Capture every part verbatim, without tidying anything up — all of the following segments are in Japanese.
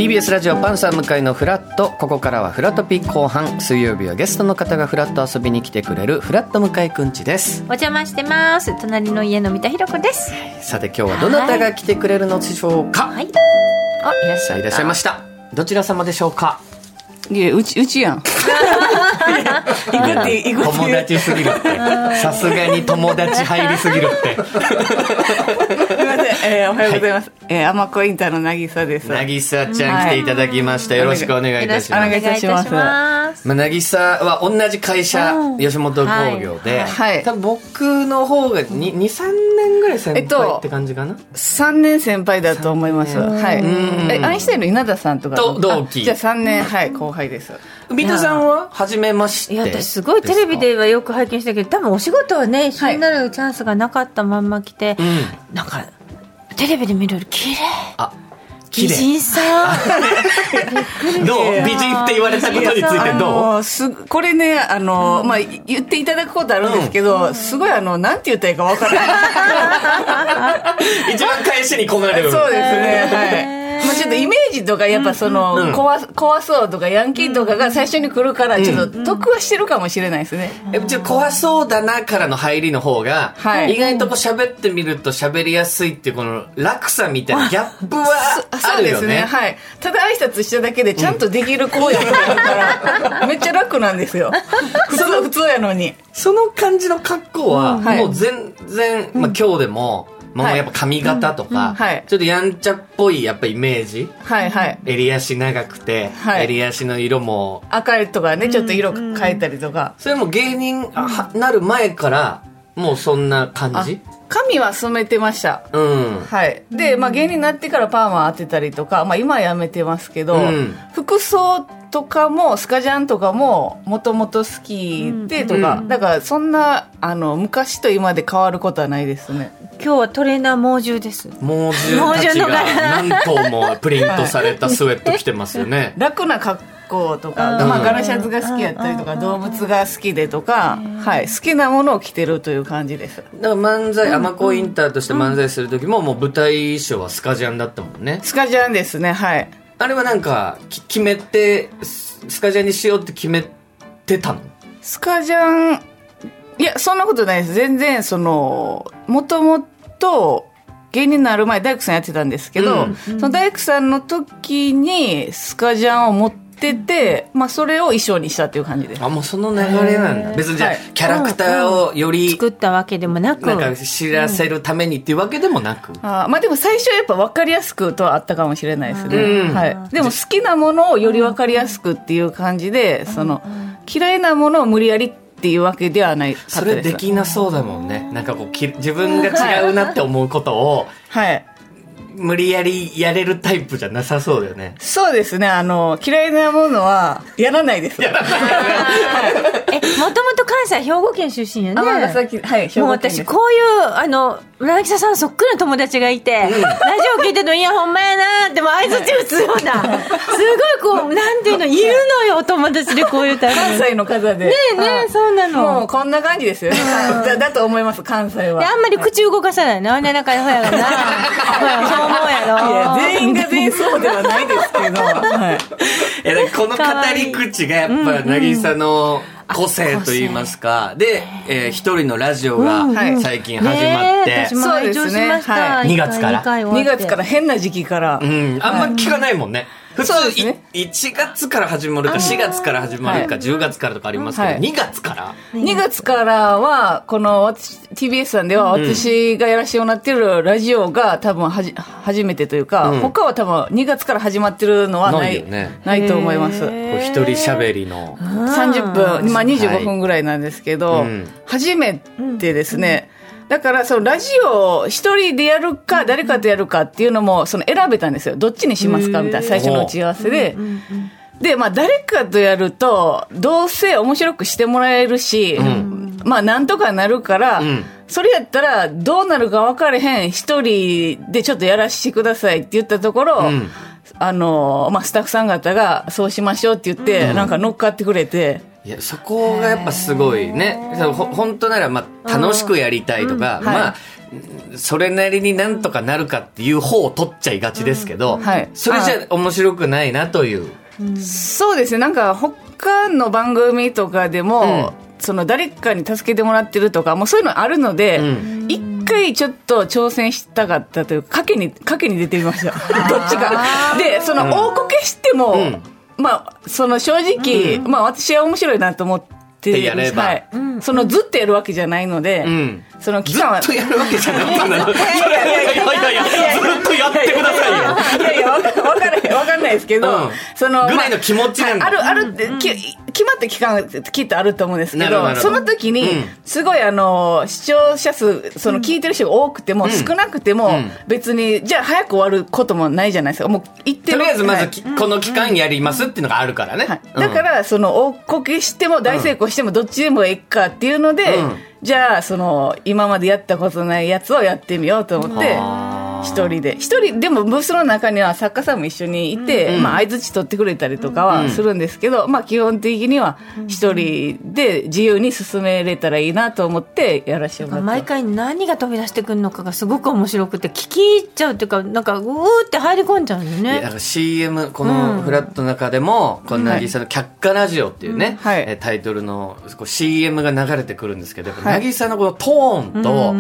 ービーエス ラジオパンサー向井のフラット。ここからはフラトピ後半。水曜日はゲストの方がフラット遊びに来てくれるフラット向井くんちです。 お邪魔してます。隣の家の三田ひろ子です。 さて今日はどなたが来てくれるのでしょうか。 はい、あ、いらっしゃいいらっしゃいました。どちら様でしょうか。 いや、うち、うちやん。行くって、行くって。 友達すぎるって。さすがに友達入りすぎるって。 すみません、えー、おはようございます。はい、えー、アマコインターのなぎさです。 なぎさちゃん来ていただきました。はい、よろしくお願いいたします。 お願いいたします。 まあ、なぎさは同じ会社、吉本興業で、はい、多分僕の方がに、さんねんぐらい先輩って感じかな、えっと、 さんねん先輩だと思います。はい。え、アインシュタインの稲田さんとかと同期。 じゃあさんねん、はい、後輩です。 三田さんは初めまして。 いや、私すごいテレビではよく拝見したけど、多分お仕事はね、一緒になるチャンスがなかったまんま来て、はい、なんかテレビで見るより綺麗。あ、美人さん。 どう、美人って言われたことについてどう？ すこれね、あの、うん、まあ、言っていただくことあるんですけど、うん、すごいあの、なんて言ったらいいか分からない。 一番返しに来られる。 そうですね。はい。まあ、ちょっとイメージとかやっぱその、うん、怖, 怖そうとかヤンキーとかが最初に来るからちょっと得はしてるかもしれないですね。 うん、ちょっと怖そうだなからの入りの方が、はい、意外とこう喋ってみると喋りやすいっていうこの落差みたいなギャップはあるよね。そうですね。はい。ただ挨拶しただけでちゃんとできる子やから、うん、めっちゃ楽なんですよ。普通普通やのに。 その感じの格好はもう全然、まあ、今日でも。もうやっぱ髪型とか、はい、ちょっとやんちゃっぽいやっぱイメージ、はいはい、襟足長くて、はい、襟足の色も赤いとかね、ちょっと色変えたりとか、 それも芸人なる前からもうそんな感じ。 髪は染めてました、うん、はい。で、まあ、芸人になってからパーマ当てたりとか、まあ、今はやめてますけど、うん、服装とかもスカジャンとかももともと好きでとか、うん、だからそんなあの昔と今で変わることはないですね。 今日はトレーナー猛獣です。 猛獣たちが何頭もプリントされたスウェット着てますよね。はい、 楽な格好とか、まあ、ガラシャツが好きやったりとか、動物が好きでとか、はい、好きなものを着てるという感じです。 だから漫才、アマコインターとして漫才する時も、もう舞台衣装はスカジャンだったもんね。 スカジャンですね。はい。 あれはなんか決めてスカジャンにしようって決めてたの？ スカジャン、いやそんなことないです。全然そのもともと芸人になる前大工さんやってたんですけど、うん、その大工さんの時にスカジャンを持ってて、まあ、それを衣装にしたっていう感じです。 あ、もうその流れなんだ。別にじゃあ、はい、キャラクターをより、 うんうん、作ったわけでもなく、 なんか知らせるためにっていうわけでもなく、うん、 あ、まあ、でも最初はやっぱ分かりやすくとはあったかもしれないですね、うん、はい。でも好きなものをより分かりやすくっていう感じで、その嫌いなものを無理やりっていうわけではないかったです。 それできなそうだもんね。なんかこうき自分が違うなって思うことを、はい、無理やりやれるタイプじゃなさそうだよね。 そうですね。あの嫌いなものはやらないです。やらないえ、もともと関西兵庫県出身やね。 尼崎、はい、兵庫県です。 もう私こういうあの村木さんそっくりの友達がいて、うん、ラジオ聞いてるのいやほんまやなっても相づち打つようなすごいこうなんていうのいるのよ、お友達でこういうタイプ。 関西の方でねえねえ、そうなの。 もうこんな感じですよね。だ, だと思います。関西はであんまり口動かさないの。あんな仲良ほやがなほやそう思うやろ。 いや全員が全員そうではないですけど、はい、 いやこの語り口がやっぱ渚の個性といいますか、で、えー、一人のラジオが最近始まって、うんね、 私も拝聴しました、はい、 にがつからにがつから変な時期から、 うん、あんま聞かないもんね、はい、普通、ね、いちがつから始まるかしがつから始まるかじゅうがつからとかありますけど、はい、にがつからにがつからはこの ティービーエス さんでは私がやらせてもらってるラジオが多分はじ初めてというか、うん、他は多分にがつから始まってるのはない、ないよね、ないと思います。 一人喋りのさんじゅっぷん、まあ、にじゅうごふんぐらいなんですけど、はい、うん、初めてですね、うん、だからそのラジオを一人でやるか誰かとやるかっていうのもその選べたんですよ。どっちにしますかみたいな最初の打ち合わせで、で、まあ、誰かとやるとどうせ面白くしてもらえるし、うん、まあなんとかなるから、うん、それやったらどうなるか分かれへん一人でちょっとやらせてくださいって言ったところ、うん、あのまあ、スタッフさん方がそうしましょうって言って、うん、なんか乗っかってくれて、 いやそこがやっぱすごいね。本当ならまあ楽しくやりたいとか、うん、まあ、はい、それなりになんとかなるかっていう方を取っちゃいがちですけど、うん、はい、それじゃ面白くないなという、 うん、そうですね。なんか他の番組とかでも、うん、その誰かに助けてもらってるとかもうそういうのあるので、うん、一回ちょっと挑戦したかったというか賭けに賭けに出てみましたどっちかで、その大こけしても、うん、まあその正直、うん、まあ私は面白いなと思ってやれば、はい、 うん、そのずっとやるわけじゃないので、うん、その期間はずっとやるわけじゃないのいやいやいやいやずっとやってくださいよ。 いやいやわかんないわかんないですけど、うん、 そのぐらいの気持ちなんだ、 まあ、あるあるって、うん、き決まった期間きっとあると思うんですけど、その時に、うん、すごいあの視聴者数その聞いてる人が多くても、うん、少なくても、うん、別にじゃあ早く終わることもないじゃないですか。もう言ってるとりあえずまず、はい、この期間やりますっていうのがあるからね、はい、 だからその大こけしても大成功してもどっちでもいいかっていうので、うん、じゃあその今までやったことないやつをやってみようと思って一人で一人でもブースの中には作家さんも一緒にいて、うん、まあ、相槌取ってくれたりとかはするんですけど、うん、まあ、基本的には一人で自由に進めれたらいいなと思ってやらせてもらって、 毎回何が飛び出してくるのかがすごく面白くて聞き入っちゃうっていうか、なんかうーって入り込んじゃうんだよね。 なんか シーエム このフラットの中でも、うん、この渚の却下ラジオっていうね、うん、はい、タイトルのこう シーエム が流れてくるんですけど、はい、渚のこのトーンと、うん、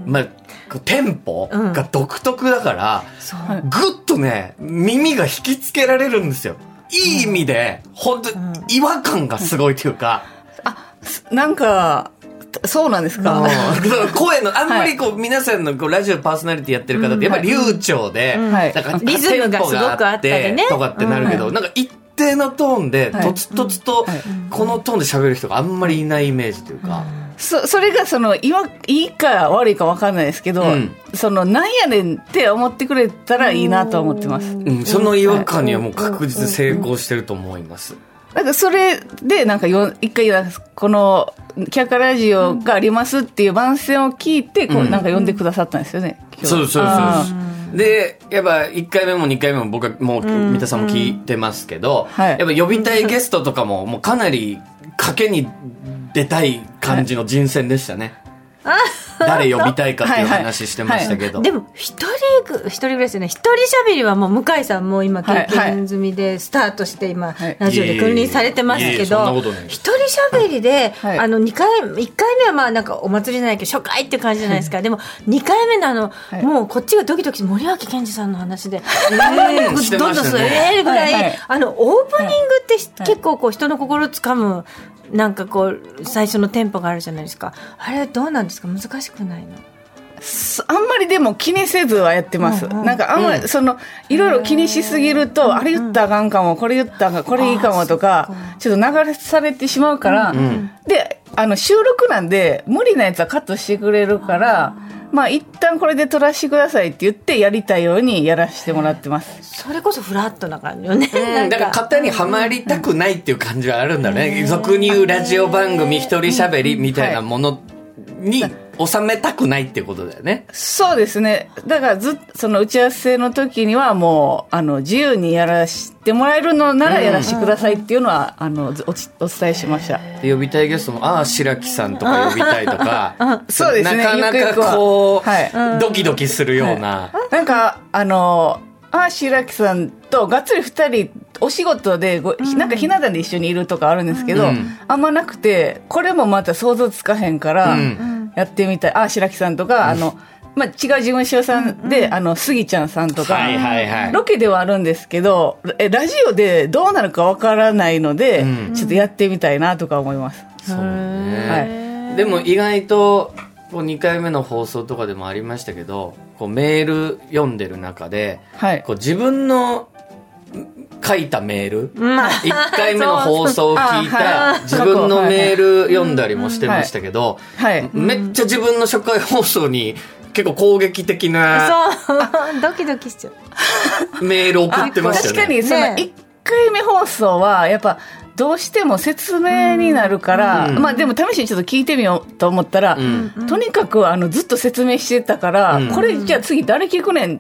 まあ、テンポが独特だから、うん、ぐっとね耳が引きつけられるんですよ。いい意味で、うん、本当違和感がすごいというか、 うん、あ、なんかそうなんですか、 うん、声のあんまりこう、はい、皆さんのこうラジオパーソナリティやってる方ってやっぱり流暢で、うん、はい、なんかリズムがすごくあったりねとかってなるけど、うん、なんか一定のトーンでとつとつとこのトーンで喋る人があんまりいないイメージというか、 うん、そ, それがそのいわいいか悪いか分かんないですけど、うん、そのなんやねんって思ってくれたらいいなと思ってます、 うん、その違和感にはもう確実に成功してると思います。 なんかそれでなんかよ一回この却下ラジオがありますっていう番宣を聞いてこうなんか呼んでくださったんですよね、 うん、そうそうそうで、やっぱいっかいめもにかいめも僕はもう三田さんも聞いてますけど、うん、やっぱ呼びたいゲストとかももうかなり賭けに出たい感じの人選でしたね、はい、誰呼びたいかっていう話してましたけど、 はいはいはい、でも一人一人ぐらいですよね。一人喋りはもう向井さんも今経験済みでスタートして今、はい、ラジオで君臨されてますけど、一人喋りで、はい、あのにかいいっかいめはまあなんかお祭りじゃないけど初回っていう感じじゃないですか、はい、でもにかいめのあの、はい、もうこっちがドキドキして森脇健児さんの話で、えー、どんどんそうえーぐらい、はいはい、あのオープニングって結構こう人の心をつかむなんかこう最初のテンポがあるじゃないですか。あれどうなんですか、難しくないの？ あんまりでも気にせずはやってます、うんうん、なんかあんまりそのいろいろ気にしすぎると、うん、あれ言ったらあかんかもこれ言ったらあかんこれいいかもとかちょっと流れされてしまうから、うんうん、であの収録なんで無理なやつはカットしてくれるから、まあ一旦これで撮らせてくださいって言ってやりたいようにやらせてもらってます。 それこそフラットな感じよね、 うん、だから型にはまりたくないっていう感じはあるんだね。俗に言うラジオ番組一人喋りみたいなものに収めたくないっていうことだよね。 そうですね。だからずっとその打ち合わせの時にはもうあの自由にやらせてもらえるのならやらせてくださいっていうのは、うん、あの お, お伝えしました。 で呼びたいゲストもああ白木さんとか呼びたいとかそうですね、 なかなかこう、はい、ドキドキするような、 はい、なんかあのああ白木さんとがっつりふたりお仕事でご、うん、なんかひな壇で一緒にいるとかあるんですけど、うん、あんまなくてこれもまた想像つかへんから、うんやってみたい。あ、白木さんとか、うん、あの、まあ、違う事務所さんで、うん、あの、スギちゃんさんとか、はいはいはい、ロケではあるんですけど、え、ラジオでどうなるかわからないので、うん、ちょっとやってみたいなとか思います。 そうね。はい。でも意外と、こうにかいめの放送とかでもありましたけど、こうメール読んでる中で、はい、こう自分の書いたメール、うん、いっかいめの放送を聞いた自分のメール読んだりもしてましたけど、はいはい、めっちゃ自分の初回放送に結構攻撃的なそうドキドキしちゃうメール送ってましたよね。 確かにそのいっかいめ放送はやっぱどうしても説明になるから、うん、まあでも試しにちょっと聞いてみようと思ったら、うん、とにかくあのずっと説明してたから、うん、これじゃあ次誰聞くねんっ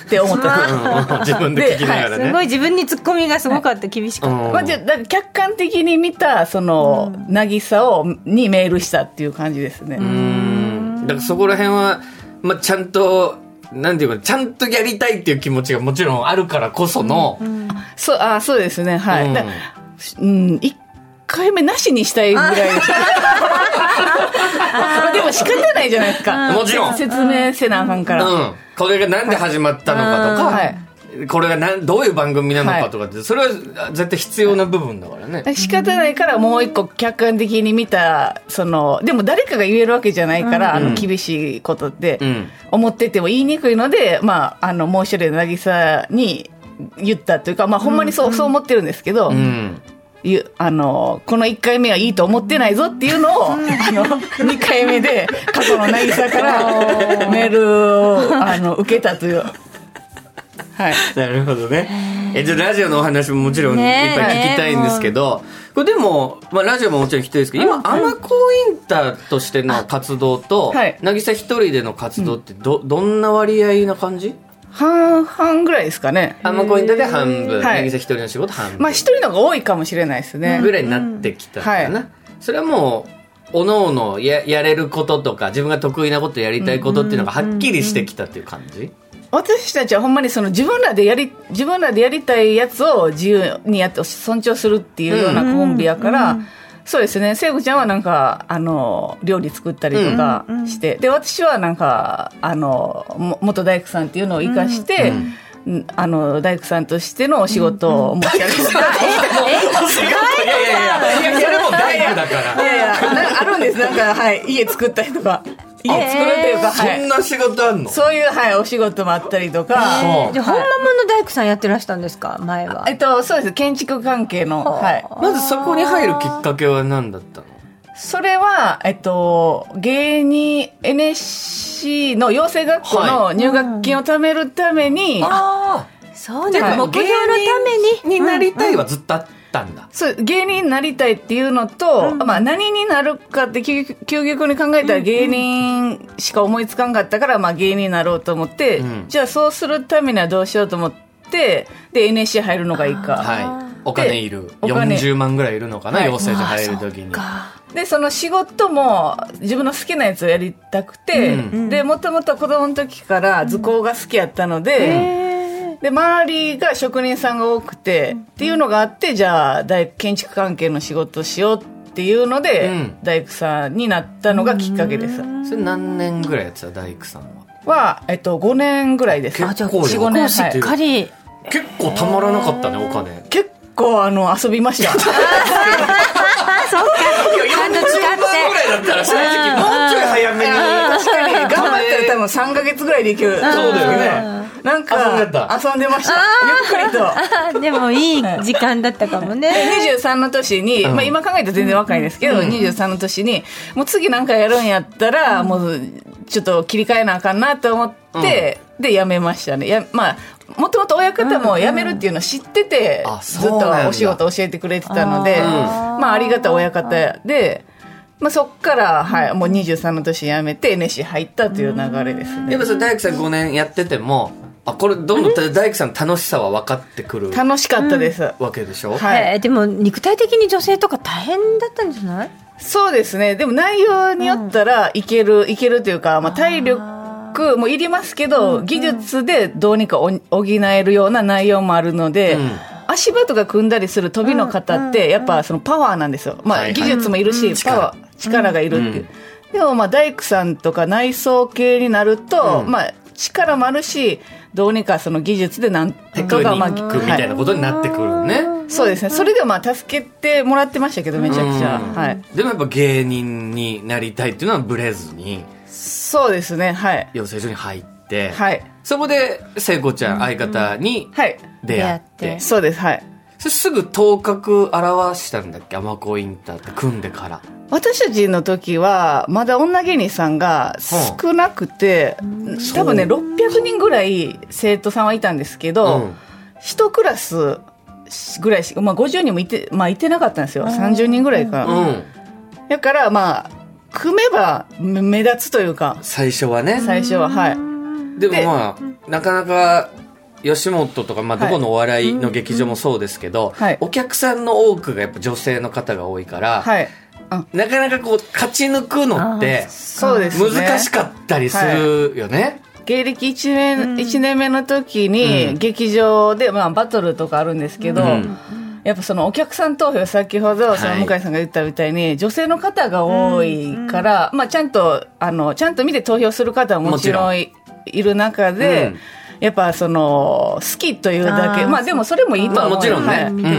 って思った自分で聞きながらね、はい、 すごい自分にツッコミがすごかった、はい、厳しかった、 まあ、じゃだから客観的に見たその、うん、渚をにメールしたっていう感じですね。 うーん、だからそこら辺は、まあ、ちゃんとなんていうかちゃんとやりたいっていう気持ちがもちろんあるからこその、うんうん、 そうあそうですねはい、うん、だうん、いっかいめなしにしたいぐらいですでも仕方ないじゃないですか、 もちろん説明せなあかんから、 うん、これがなんで始まったのかとか、はい、これがなんどういう番組なのかとかって、はい、それは絶対必要な部分だからね。 仕方ないからもう一個客観的に見たそのでも誰かが言えるわけじゃないから、うん、あの厳しいことって思ってても言いにくいので、まあ、あのもう一人の渚に言ったというか、まあ、ほんまにそう、うん、そう思ってるんですけど、うん、あのこのいっかいめはいいと思ってないぞっていうのを、うん、あのにかいめで過去の渚からメールをあの受けたというはい、 なるほどね。えじゃあラジオのお話ももちろんいっぱい聞きたいんですけど、これでも、まあ、ラジオももちろん聞きたいですけど、今、うん、アマコインターとしての活動と、はい、渚一人での活動ってど、どんな割合な感じ？ 半々ぐらいですかね。 アマコインターで半分、渚一人の仕事半分。 まあ一人の方が多いかもしれないですね。 ぐらいになってきたかな。うんはい、それはもう、おのおのや、やれることとか、自分が得意なことやりたいことっていうのがはっきりしてきたっていう感じ？うんうんうん、 私たちはほんまにその自分らでやり自分らでやりたいやつを自由にやって尊重するっていうようなコンビやから、うんうん、そうですね。聖子ちゃんはなんかあの料理作ったりとかして、うんうん、で私はなんかあの元大工さんっていうのを生かして、うんうん、あの大工さんとしてのお仕事を持ち歩いて、うんうん、えいやいやいやいやそれも大工だからいやいやなんかあるんです。なんかはい家作ったりとか。家作るっていうか、 はい、そんな仕事あんの？ そういう、はい、お仕事もあったりとか、 えー、じゃあ本物の大工さんやってらしたんですか前は？ えっとそうです建築関係の、はい、 まずそこに入るきっかけは何だったの？ それは、えっと、芸人 エヌエスシー の養成学校の入学金を貯めるために、 はい、ああそうね、目標のためにになりたいはずっとあったんだ、うん、 そう芸人になりたいっていうのと、うん、まあ、何になるかって究極に考えたら芸人しか思いつかんかったから、まあ、芸人になろうと思って、うん、じゃあそうするためにはどうしようと思ってで エヌエスシー 入るのがいいか、 はい、お金いるよんじゅうまんぐらいいるのかな、はい、養成所入るときに。 でその仕事も自分の好きなやつをやりたくて、うん、でもともと子供の時から図工が好きやったので、うんで周りが職人さんが多くて、うん、っていうのがあってじゃあ大建築関係の仕事をしようっていうので、うん、大工さんになったのがきっかけです。 それ何年ぐらいやってた大工さんは？ は、えっと、ごねんぐらいです。 結構よん、ごねんしっかり、はい、 結構たまらなかったねお金。 結構あの遊びましたそうかちゃんと使ってよんじゅうまんぐらいだったら正直もうちょい早めに確かに頑張ったら多分さんかげつぐらいでいける。そうだよね。 なんか遊んでましたゆっくりとでもいい時間だったかもね。 にじゅうさんの年に、うんまあ、今考えたら全然若いですけど、うん、にじゅうさんの年にもう次なんかやるんやったら、うん、もうちょっと切り替えなあかんなと思って、うん、で辞めましたね。やまあもともと親方も辞めるっていうのを知ってて、うんうん、ずっとお仕事教えてくれてたので、あ、まあ、ありがたい親方で、まあ、そっから、はい、もうにじゅうさんの年辞めて エヌエスシー 入ったという流れですね。 やっぱそれ大工さんごねんやっててもあこれどんどん大工さんの楽しさは分かってくる楽しかったです、 うん、わけでしょ、 はい、えー、でも肉体的に女性とか大変だったんじゃない？ そうですね。でも内容によったらいける、うん、いけるというか、まあ、体力もいりますけど、うん、技術でどうにか補えるような内容もあるので、うん、足場とか組んだりする飛びの方ってやっぱそのパワーなんですよ、まあ、技術もいるし、うん、パワー力がいるっていう、うん、でもまあ大工さんとか内装系になると、うん、まあ力もあるしどうにかその技術でなんテクニックみたいなことになってくるね、はい、 そうですね。それでまあ助けてもらってましたけどめちゃくちゃ、はい、 でもやっぱ芸人になりたいっていうのはブレずにそうですね、はい、 養成所に入って、 はい、 そこで聖子ちゃん相方に出会って、 うんうん、そうです、はい、 そすぐ頭角現したんだっけアマコインターって組んでから。 私たちの時はまだ女芸人さんが少なくて、うん、多分ねろっぴゃくにんぐらい生徒さんはいたんですけど、うん、いちクラスぐらいしか、まあ、ごじゅうにんもいて、まあ、いてなかったんですよ。さんじゅうにんぐらいかな、うん、だからまあ組めば目立つというか最初はね最初ははいでもまあなかなか吉本とか、まあ、どこのお笑いの劇場もそうですけど、はい、お客さんの多くがやっぱ女性の方が多いから、はい、なかなかこう勝ち抜くのって難しかったりするよね。はい、 芸歴いちねん、うん、いちねんめの時に劇場で、まあ、バトルとかあるんですけど、うん、やっぱそのお客さん投票、先ほどその向井さんが言ったみたいに、はい、女性の方が多いから、うんまあ、ちゃんとあのちゃんと見て投票する方はもちろん い, いる中で、うんやっぱその好きというだけ、まあでもそれもいいと思う、まあ、もちろんね、はいうん、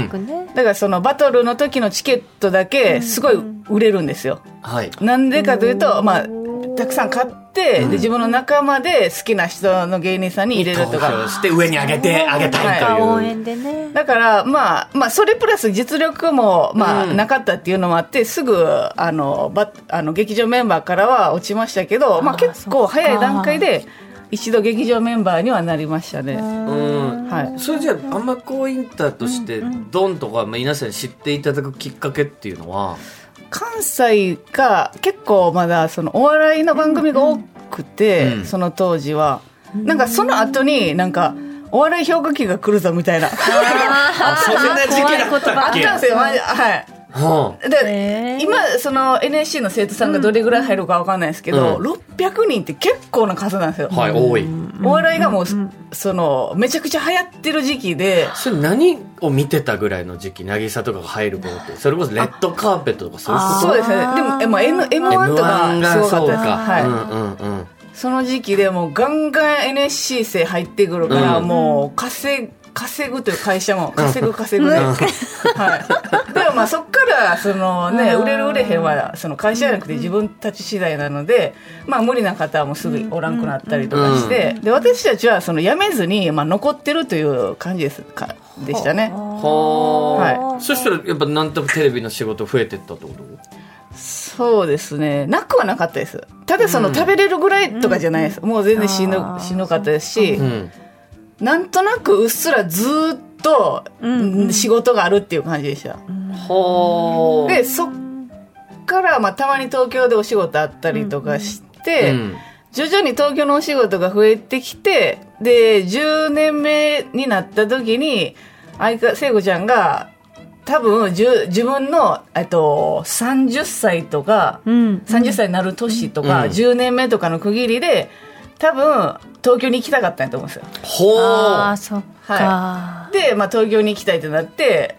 だからそのバトルの時のチケットだけすごい売れるんですよ、はい、なんでかというと、まあ、たくさん買って、うん、で自分の仲間で好きな人の芸人さんに入れるとか投票して上に上げてあげたいという、はい、 応援でね。 だから、まあ、まあそれプラス実力も、まあ、なかったっていうのもあってすぐあのばあの劇場メンバーからは落ちましたけど、まあ、結構早い段階で一度劇場メンバーにはなりましたね。うんはい、それじゃあアマコインターとしてドンとか皆さんに知っていただくきっかけっていうのは、 関西が結構まだそのお笑いの番組が多くて、うん、その当時はなんかその後になんかお笑い評価期が来るぞみたいなあそんな時期だったっけ。 あったんですよ、はいはあ、で今その エヌエスシー の生徒さんがどれぐらい入るか分かんないですけど、うん、ろっぴゃくにんって結構な数なんですよ、 はい、多い。 お笑いがもう、うん、そのめちゃくちゃ流行ってる時期で、 それ何を見てたぐらいの時期、渚とかが入る頃って、それこそレッドカーペットとかそういうこと。 そうですね。でも、えまあ、エムワン とかすごかったです。はい、 うんうんうん、 その時期でもうガンガン エヌエスシー 生入ってくるから、うん、もう稼稼ぐという会社も稼ぐ稼ぐで、はい、でもまあそっからその、ね、売れる売れへんはその会社じゃなくて自分たち次第なので、まあ、無理な方はもうすぐおらんくなったりとかして、で私たちはその辞めずに、まあ、残ってるという感じですかでしたね。 は、はい、そしたらやっぱなんとかテレビの仕事増えてったってこと？ そうですね、なくはなかったです。ただその食べれるぐらいとかじゃないです、うん、もう全然しんど、しんどかったですし、うん、なんとなくうっすらずっと仕事があるっていう感じでした、うん、でそっからまあたまに東京でお仕事あったりとかして、うん、徐々に東京のお仕事が増えてきて、でじゅうねんめになった時に聖子ちゃんが多分自分のとさんじゅっさいとか、うん、さんじゅっさいになる年とか、うん、じゅうねんめとかの区切りで多分東京に行きたかったんやと思うんですよ。 ほう。 ああそっか、 はい、で、まあ、東京に行きたいってなって、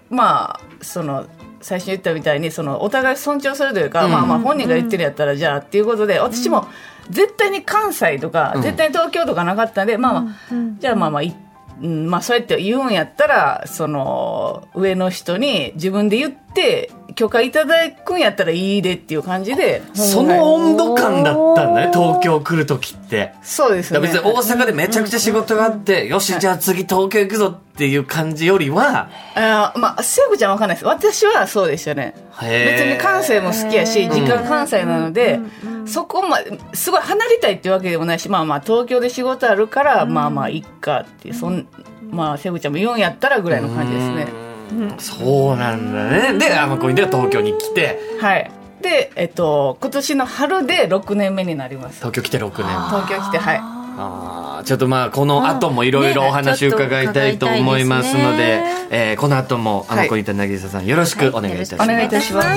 まあその最初に言ったみたいにそのお互い尊重するというか、うん、まあまあ本人が言ってるやったらじゃあっていうことで、私も絶対に関西とか、うん、絶対に東京とかなかったんで、まあまあ、うん、じゃあまあまあ行ってうんまあ、そうやって言うんやったらその上の人に自分で言って許可いただくんやったらいいでっていう感じで、 その温度感だったんだね、東京来るときって。 そうですね。 別に大阪でめちゃくちゃ仕事があって、うん、よし、はい、じゃあ次東京行くぞっていう感じよりは、 あまあ聖子ちゃんわかんないです。私はそうでしたね。別に関西も好きやし実家関西なので、うん、そこますごい離れたいっていうわけでもないし、まあまあ東京で仕事あるから、うん、まあまあいっかってそんまあ聖子ちゃんも言うんやったらぐらいの感じですね。 うん、そうなんだね。でアマコインでは東京に来て、 はいで、えっと、今年の春でろくねんめになります。 東京来てろくねん。 東京来て、はい。 あちょっとまあこの後もいろいろお話伺いたいと思いますので、ねえー、この後もアマコインタ渚さんよろしくお願いいたします。 はい、お願いいたします。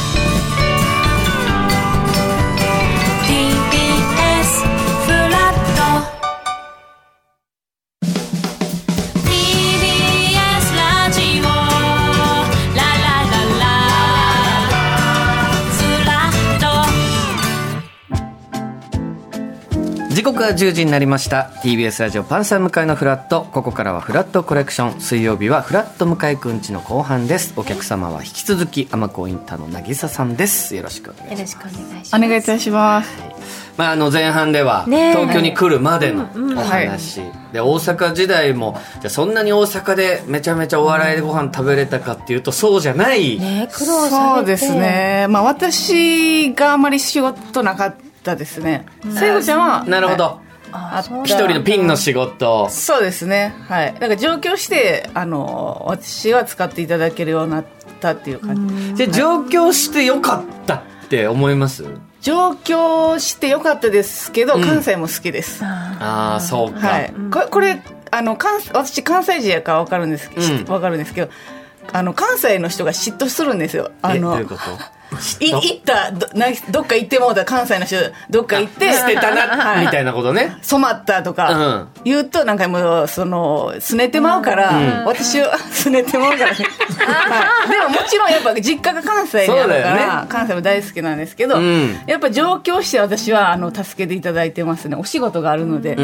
時刻はじゅうじになりました。 ティービーエス ラジオパンサー向井のフラット。ここからはフラットコレクション。水曜日はフラット向井くんちの後半です。お客様は引き続きアマコインタの渚さんです。よろしくお願いします。 よろしくお願いします。お願いいたします、 はいまあ、あの前半では東京に来るまでのお話、はい、で大阪時代もじゃそんなに大阪でめちゃめちゃお笑いでご飯食べれたかっていうとそうじゃない、 ね、苦労されてそうですね、まあ、私があまり仕事なかったですね。聖子ちゃんはなるほど、はい一人のピンの仕事。 そうですね、はい、だから上京してあの私は使っていただけるようになったっていう感じ。 じゃあ上京してよかったって思います？ 上京してよかったですけど、うん、関西も好きです。 ああそうか、 はい、こ, これあの関私関西人やから分かるんです、うん、分かるんですけど、あの関西の人が嫉妬するんですよ。あのどういうこと？ い行ったどどっか行ってもうた関西の人どっか行って捨てたなみたいなことね、 染まったとか言うとなんかもうそのすねてまうから、うん、私はすねてまうからね、はい、でももちろんやっぱ実家が関西にあるから、ね、関西も大好きなんですけど、うん、やっぱ上京して私はあの助けていただいてますね。お仕事があるので、 うん、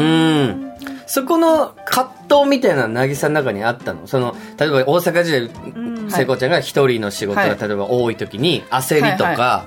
そこの葛藤みたいな渚の中にあったの？その例えば大阪時代、うん、聖子ちゃんが一人の仕事が例えば多い時に焦りとか、はいはい、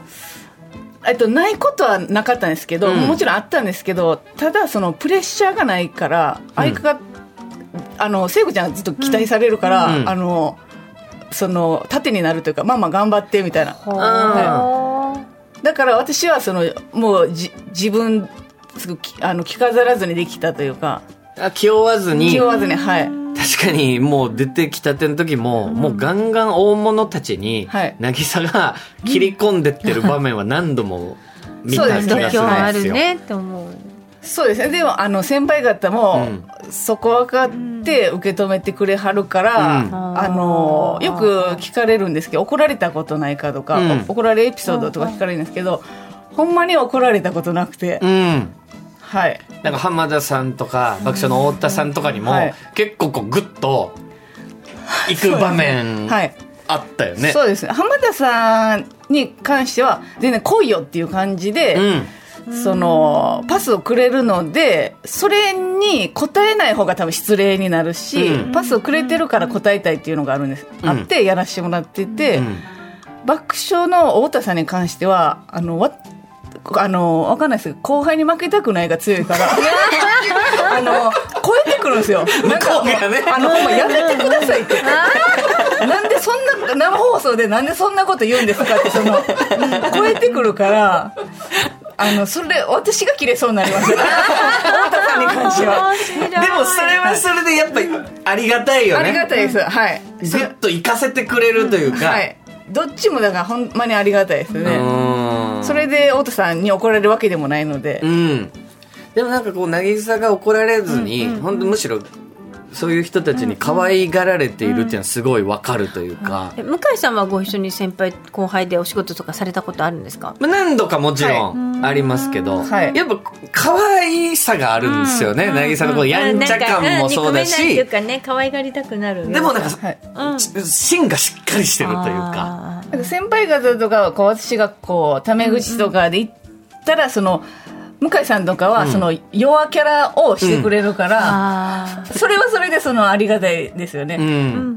えっと、ないことはなかったんですけど、うん、もちろんあったんですけど、ただそのプレッシャーがないから相方が、うん、あの聖子ちゃんがずっと期待されるから、うん、あのその盾になるというか、ママ頑張ってみたいな、はい、だから私はそのもうじ自分あの着飾らずにできたというか、 あ気負わずに気負わずに、はい、 確かにもう出てきたての時も、うん、もうガンガン大物たちに、はい、渚が切り込んでってる場面は何度も見た気がするんですよ。 あるねって思う。 そうですね。でもあの先輩方も、うん、そこ分かって受け止めてくれはるから、うん、あのよく聞かれるんですけど、怒られたことないかとか、うん、怒られエピソードとか聞かれるんですけど、ほんまに怒られたことなくて、うんはい、 なんか浜田さんとか爆笑の太田さんとかにも、はい、結構こうグッといく場面あったよね。はい、 そうですね。浜田さんに関しては全然来いよっていう感じで、うん、そのパスをくれるので、それに答えない方が多分失礼になるし、うん、パスをくれてるから答えたいっていうのがあるんです、うん、あってやらせてもらってて、うん、爆笑の太田さんに関してはあのわあの分かんないですけど、後輩に負けたくないが強いからあの超えてくるんですよ。なんか、ね、あのほんまやめてくださいってなんでそんな生放送でなんでそんなこと言うんですかって、その超えてくるから、あのそれ私が切れそうになります太田さんに関しては。 でもそれはそれでやっぱりありがたいよね。 ありがたいです。はい。 ずっと行かせてくれるというか、 はい、どっちもだからほんまにありがたいですね。それで太田さんに怒られるわけでもないので、 うん、でもなんかこう渚が怒られずに、うんうんうん、本当むしろそういう人たちに可愛がられているっていうのはすごい分かるというか、 うんうん、向井さんはご一緒に先輩後輩でお仕事とかされたことあるんですか？ 何度かもちろんありますけど、はい、やっぱ可愛さがあるんですよね、うん、渚のこうやんちゃ感もそうだし、 憎めないというかね、可愛がりたくなる。 でもなんか、はい、芯がしっかりしてるというか、 なんか先輩方とかこう私がこうタメ口とかで言ったら、その向井さんとかはその弱キャラをしてくれるから、うん、それはそれでそのありがたいですよね、うん、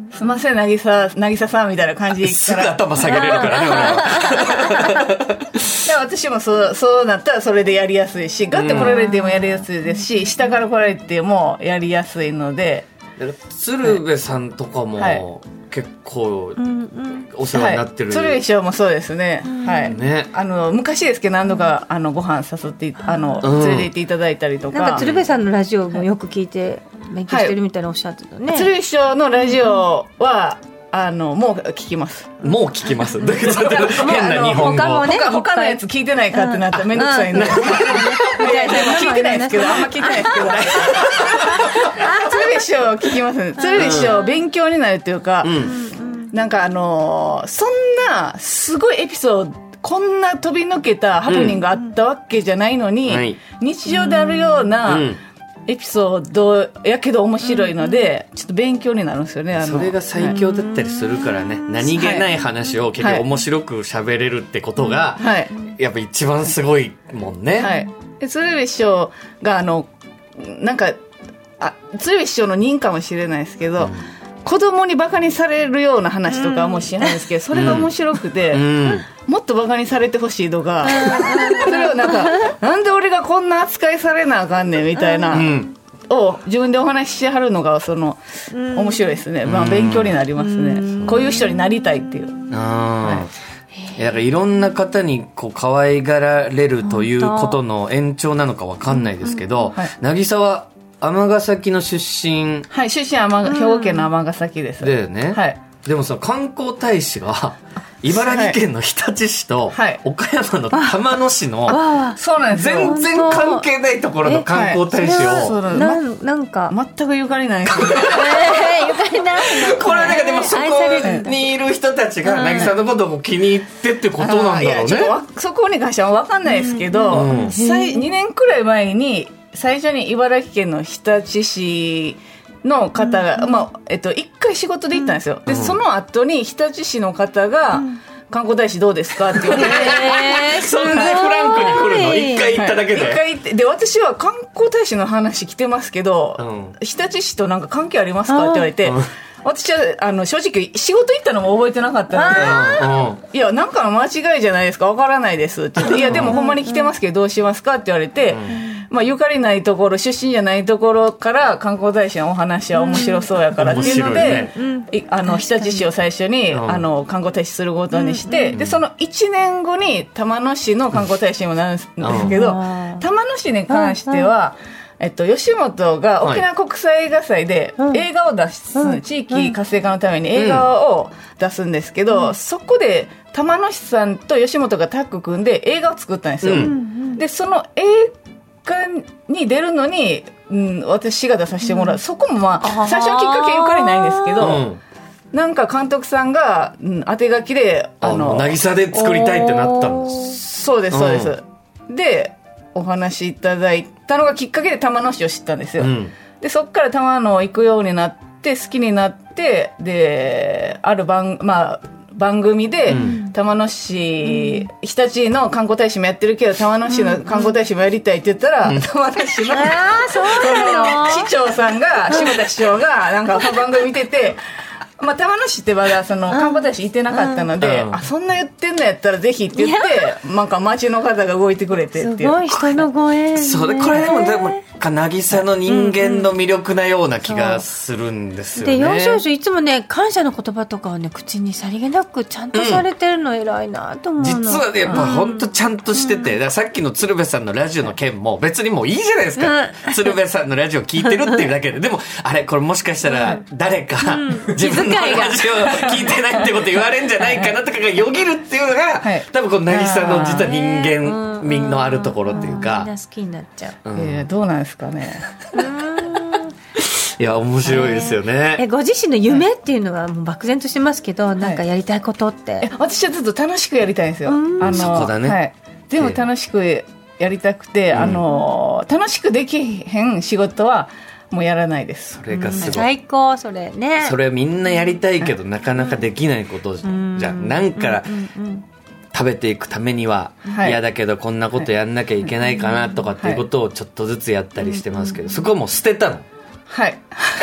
すいません渚渚さんみたいな感じからすぐ頭下げれるからね私もそう、そうなったらそれでやりやすいし、ガッて来られてもやりやすいですし、下から来られてもやりやすいので、 鶴瓶さんとかも、はい、結構お世話になってる、 はい、鶴瓶師匠もそうですね、はいね、あの昔ですけど何度かあのご飯誘ってあの、うん、連れて行っていただいたりとか、 なんか鶴瓶さんのラジオもよく聞いて勉強してるみたいなおっしゃってたね、はい、 鶴瓶師匠のラジオは、うん、あのもう聞きます。 もう聞きます。だけど変な日本語。 他もね、他のやつ聞いてないかってなったらめんどくさいんで、うんうん、聞いてないですけど、あんま聞いてないですけど、鶴瓶師匠聞きますね。鶴瓶師匠勉強になるというか、うん、なんかあのー、そんなすごいエピソード、こんな飛び抜けたハプニングがあったわけじゃないのに、うんはい、日常であるような、うんエピソードやけど面白いので、うん、ちょっと勉強になるんですよね。あのそれが最強だったりするからね、はい、何気ない話を結構面白く喋れるってことが、はい、やっぱ一番すごいもんね。 はい、で鶴瓶師匠があのなんかあ鶴瓶師匠の任かもしれないですけど、うん、子供にバカにされるような話とかはもう知らないですけど、うん、それが面白くて、うん、もっとバカにされてほしいとか、それをなんかなんで俺がこんな扱いされなあかんねんみたいな、うん、を自分でお話ししてはるのがその、うん、面白いですね、まあ、勉強になりますね、うん、こういう人になりたいっていう、あ、 はい、いやいろんな方にこう可愛がられるということの延長なのか分かんないですけど、うんはい、渚は尼崎の出身、 はい、出身は兵庫県の尼崎です。 だよね、 はい、 でもその観光大使が茨城県の日立市と岡山の玉野市の全然関係ないところの観光大使をなんか全くゆかりないゆかりないこれなんかでもそこにいる人たちが渚のことを気に入ってってことなんだろうね。いやちょっとそこに関しては分かんないですけど、うんうん、にねんくらい前に最初に茨城県の日立市の方が、うんまあえっと、いっかい仕事で行ったんですよ、うん、でその後に日立市の方が、うん、観光大使どうですかって言われて、 えー、そんなフランクに来るのいっかい行っただけで、 はい、いっかい行ってで私は観光大使の話来てますけど、うん、日立市となんか関係ありますかって言われて、私はあの正直仕事行ったのも覚えてなかったので、いやなんかの間違いじゃないですかわからないですって言って、いやでもほんまに来てますけどどうしますかって言われて、うんまあ、ゆかりないところ出身じゃないところから観光大使のお話は面白そうやからっていうので、うんね、あの日立市を最初に、うん、あの観光大使することにして、うんうん、でそのいちねんごに玉野市の観光大使にもなるんですけど、うん、玉野市に関しては、えっと、吉本が沖縄国際映画祭で映画を出す、はい、地域活性化のために映画を出すんですけど、うん、そこで玉野市さんと吉本がタッグ組んで映画を作ったんですよ、うん、でその映画に出るのに、うん、私が出させてもらう、うん、そこもまあ最初のきっかけゆかりないんですけど、うん、なんか監督さんが、うん、当て書きであの渚で作りたいってなったんです。 そうですそうです、うん、でお話いただいたのがきっかけで玉野市を知ったんですよ、うん、でそっから玉野行くようになって好きになってである番、まあ、番組で、うん、玉野市、うん、日立の観光大使もやってるけど玉野市の観光大使もやりたいって言ったら、うん、玉野市の、市長さんが柴田市長がなんか番組見ててまあ、玉野市ってまだその観光大使いてなかったので、うん、あそんな言ってんのやったらぜひって言ってなんか町の方が動いてくれてっていうすごい人のご縁、ね、 そうでこれでもでも渚の人間の魅力なような気がするんですよね、 うんうん、でよしよしいつもね感謝の言葉とかをね口にさりげなくちゃんとされてるの偉いなと思うの、 うん、実はねやっぱ本当ちゃんとしてて、うん、だからさっきの鶴瓶さんのラジオの件も別にもういいじゃないですか、うん、鶴瓶さんのラジオ聞いてるっていうだけででもあれこれもしかしたら誰か、うん、自分のラジオ聞いてないってこと言われるんじゃないかなとかがよぎるっていうのが、はい、多分この渚の実は人間味のあるところっていうか、 みんな好きになっちゃう、 うんえー、どうなんですかねいや面白いですよね、 えー、えご自身の夢っていうのはもう漠然としてますけど、はい、なんかやりたいことって、 え私はずっと楽しくやりたいんですよ、あのそこだね、 はい、でも楽しくやりたくて、うん、あの楽しくできへん仕事はもうやらないです。 それがすごい、うん、 最高それね。 それみんなやりたいけど、うん、なかなかできないことじゃ、うん、なんか、うんうんうん食べていくためには嫌だけどこんなことやんなきゃいけないかなとかっていうことをちょっとずつやったりしてますけど、そこはもう捨てたの。 はい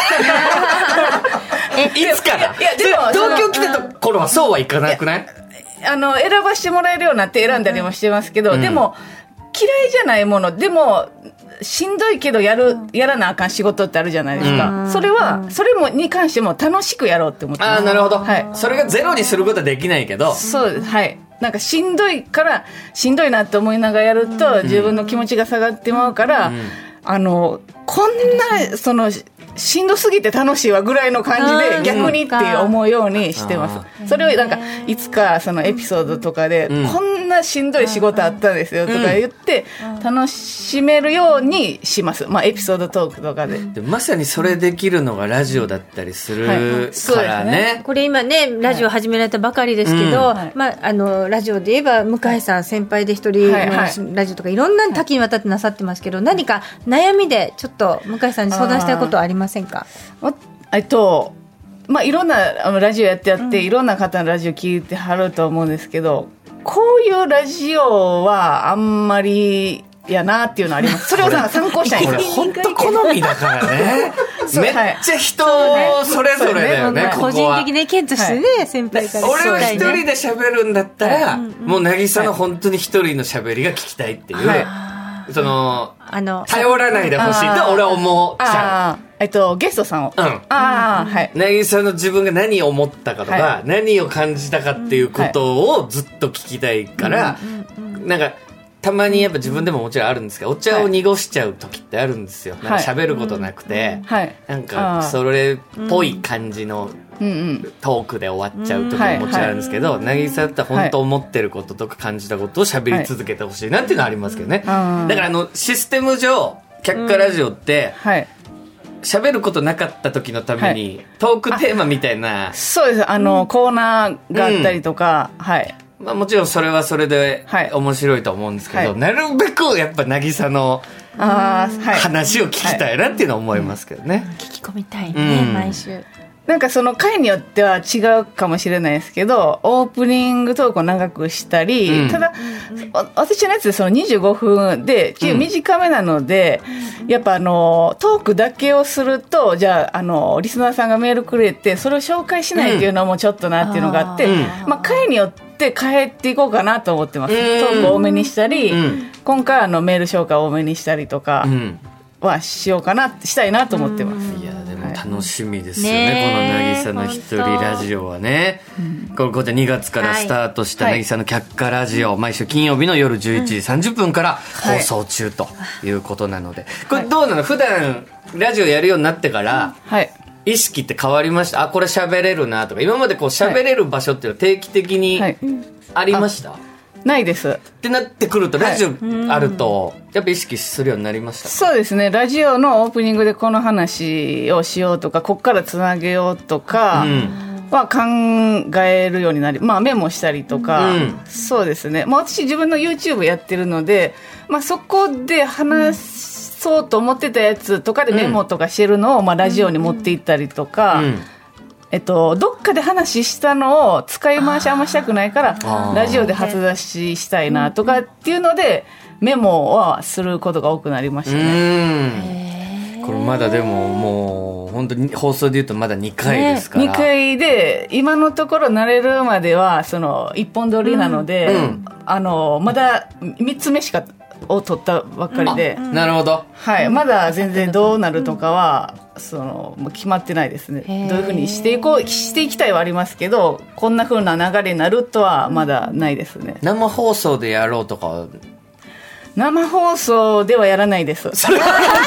えいつからいやでも東京来た頃はそうはいかなくない？ あの選ばせてもらえるようになって選んだりもしてますけど、うん、でも嫌いじゃないものでもしんどいけどやるやらなあかん仕事ってあるじゃないですか、うん、それはそれもに関しても楽しくやろうって思ってます。 あなるほど、はい、それがゼロにすることはできないけどそうですはいなんかしんどいからしんどいなって思いながらやると自分の気持ちが下がってまうから、うん、あのこんなそのしんどすぎて楽しいわぐらいの感じで逆にって思うようにしてます。それをなんかいつかそのエピソードとかで、うん、こんなしんどい仕事あったんですよとか言って楽しめるようにします、まあ、エピソードトークとかで。 でまさにそれできるのがラジオだったりするからね、はいね、これ今ねラジオ始められたばかりですけど、はいまあ、あのラジオで言えば向井さん先輩で一人のラジオとかいろんな多岐にわたってなさってますけど、何か悩みでちょっと向井さんに相談したいことはありますか？ませんか？ えっとまあ、いろんなラジオやってやって、うん、いろんな方のラジオ聞いてはると思うんですけど、こういうラジオはあんまりやなっていうのあります。それを参考したいんですよ。 これ本当好みだからねめっちゃ人それぞれだよね、 ね個人的な意見としてね、はい、先輩から俺は一人で喋るんだったら、はい、もう渚の本当に一人の喋りが聞きたいっていう、はい、そのあの頼らないでほしいと俺は思っちゃう。 えっと、ゲストさんを、うん、ああ、はい、 渚の自分が何を思ったかとか、はい、何を感じたかっていうことをずっと聞きたいから、うん、なんかたまにやっぱ自分でももちろんあるんですけど、お茶を濁しちゃう時ってあるんですよ。なんか喋ることなくて、はい、なんかそれっぽい感じのトークで終わっちゃう時ももちろんあるんですけど、渚って本当思ってることとか感じたことを喋り続けてほしいなっていうのはありますけどね。はい、だからあのシステム上却下ラジオって、うん、はい喋ることなかった時のために、はい、トークテーマみたいなそうですあの、うん、コーナーがあったりとか、うん、はいまあ、もちろんそれはそれで面白いと思うんですけど、はい、なるべくやっぱ渚の話を聞きたいなっていうのは思いますけどね、はいはい、 聞き込みたいね、うん、毎週なんかその回によっては違うかもしれないですけどオープニングトークを長くしたり、うん、ただ、うん、私のやつでそのにじゅうごふんで短めなので、うん、やっぱあのトークだけをするとじゃあ、あのリスナーさんがメールくれてそれを紹介しないっていうのもちょっとなっていうのがあって、うんまあ、回によって変えていこうかなと思ってます、うん、トーク多めにしたり、うん、今回あのメール紹介多めにしたりとかはしようかなしたいなと思ってます、うん、 いやでも楽しみですよね、ねこの渚の一人ラジオはね、うん、これこちらにがつからスタートした渚の却下ラジオ、はい、毎週金曜日の夜じゅういちじさんじゅっぷんから放送中ということなので、はい、これどうなの普段ラジオやるようになってから、はい意識って変わりました？あ、これ喋れるなとか今までこう喋れる場所っていうのは定期的にありました？はいはい、 ないですってなってくるとラジオあるとやっぱ意識するようになりました？ そうですねラジオのオープニングでこの話をしようとかこっからつなげようとかは考えるようになり、まあ、メモしたりとか、うん、そうですね、まあ、私自分の YouTube やってるので、まあ、そこで話すそうと思ってたやつとかでメモとかしてるのを、まあ、ラジオに持っていったりとか、うんえっと、どっかで話したのを使い回しあんましたくないからラジオで初出ししたいなとかっていうのでメモはすることが多くなりましたね。 うんこれまだでももう本当に放送でいうとまだにかいですから、 ね、にかいで今のところ慣れるまではそのいっぽん撮りなので、うんうん、あのまだみっつめしかを取ったばっかりで、 うん、なるほど、 はい、まだ全然どうなるとかは、うん、そのもう決まってないですね。どういうふうにしていこうしていきたいはありますけどこんなふうな流れになるとはまだないですね。 生放送でやろうとか生放送ではやらないです。それは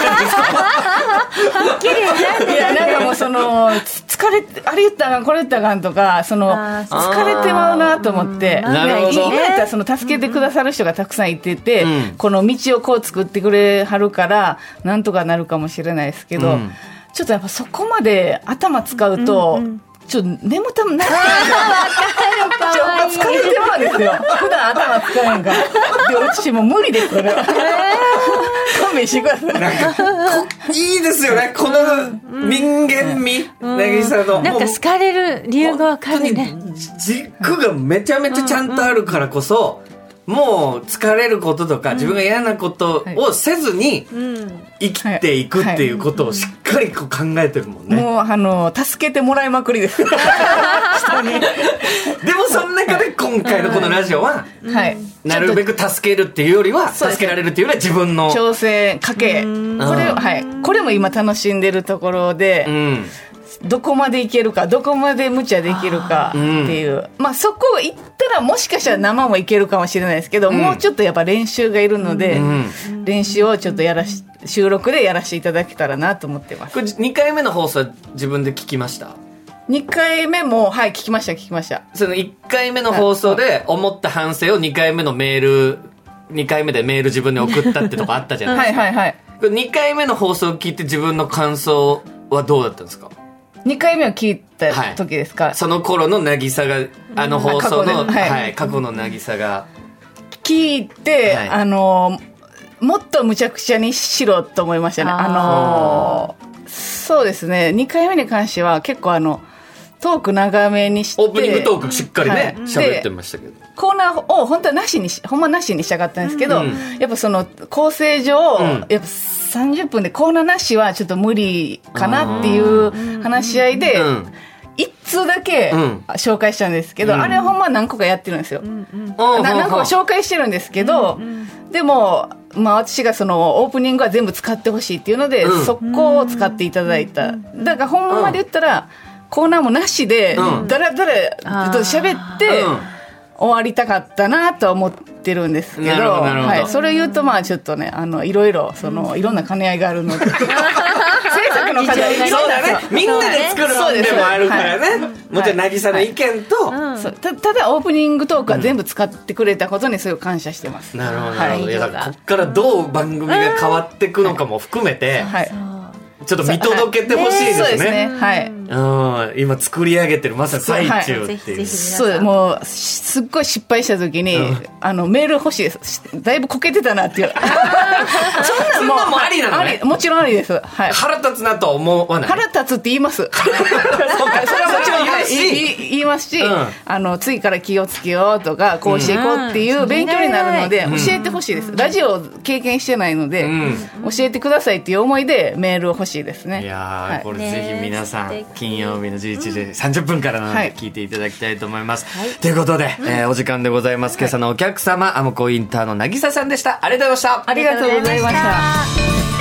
はっきり言ういやなんかもうその疲れてあれ言ったらあかんこれ言ったらあかんとかその疲れてまうなと思ってなるほど、 今やったらその助けてくださる人がたくさんいてて、うん、この道をこう作ってくれはるからなんとかなるかもしれないですけど、うん、ちょっとやっぱそこまで頭使うと、うんうんちょっと眠たくなっちゃう疲れてまうんですよ普段頭使えんからで私もう無理ですよね勘弁してください。なんかいいですよねこの人間味、渚のなんか好かれる理由が分かるね。 軸がめちゃめちゃちゃんとあるからこそ、もう疲れることとか、うん、自分が嫌なことをせずに生きていくっていうことをしっかりこう考えてるもんね。 もうあの助けてもらいまくりです人に。 でもその中で今回のこのラジオは、はい、なるべく助けるっていうよりは助けられるっていうよりは自分の調整かけこれを、はい、これも今楽しんでるところで、うんどこまでいけるかどこまで無茶できるかっていう、うん、まあそこ行ったらもしかしたら生もいけるかもしれないですけど、うん、もうちょっとやっぱ練習がいるので、うん、練習をちょっとやらし収録でやらせていただけたらなと思ってます。 これにかいめの放送は自分で聞きました？ にかいめもはい聞きました聞きました。 そのいっかいめの放送で思った反省をにかいめのメールにかいめでメール自分で送ったってとこあったじゃないですか。はいはいはい。これにかいめの放送を聞いて自分の感想はどうだったんですか？ にかいめを聞いた時ですか、 はい、その頃の渚があの放送の、うんはいはい、過去の渚が聞いて、はい、あのもっとむちゃくちゃにしろと思いましたね。あ、あのそうですねにかいめに関しては結構あのトーク長めにしてオープニングトークしっかりね喋、はい、ってましたけどコーナーを本当はなしにしほんまなしにしたかったんですけど、うん、やっぱその構成上、うん、やっぱさんじゅっぷんでコーナーなしはちょっと無理かなっていう話し合いで、うん、いっつうだけ紹介したんですけど、うん、あれはほんま何個かやってるんですよ、うんうん、な何個か紹介してるんですけど、うんうん、でも、まあ、私がそのオープニングは全部使ってほしいっていうので、うん、そこを使っていただいた、うん、だからほんまで言ったらコーナーもなしでだらだらと喋って、 終わりたかったなと思ってるんですけど、はい、それ言うとまあちょっとねあのいろいろそのいろんな兼ね合いがあるので制作の兼ね合いがそうだねみんなで作るもんでもあるからね、はい、もちろん渚の意見と、 はい、た, ただオープニングトークは全部使ってくれたことにすごい感謝してます、 うん、なるほどなるほど、はい、いやだからこっからどう番組が変わっていくのかも含めて、はいちょっと見届けてほしいですね。そうですね。はい。うん、今作り上げてるまさに最中っていう。 そう、もうすっごい失敗した時に、うん、あのメール欲しいです。だいぶこけてたなっていう。 そんなもんもありなのね。 もちろんありです。はい。 腹立つなとは思わない。 腹立つって言います。それはもちろん言いますし、うん、あの次から気をつけようとかこうしていこうっていう勉強になるので、うん、教えてほしいです。ラジオ経験してないので、うん、教えてくださいっていう思いでメールを欲しいですね。 いやー、はい、これぜひ皆さん金曜日のじゅういちじさんじゅっぷんからなので聞いていただきたいと思います、はい、ということで、えー、お時間でございます。今朝のお客様、アムコインターの渚さんでした。ありがとうございました。 ありがとうございました。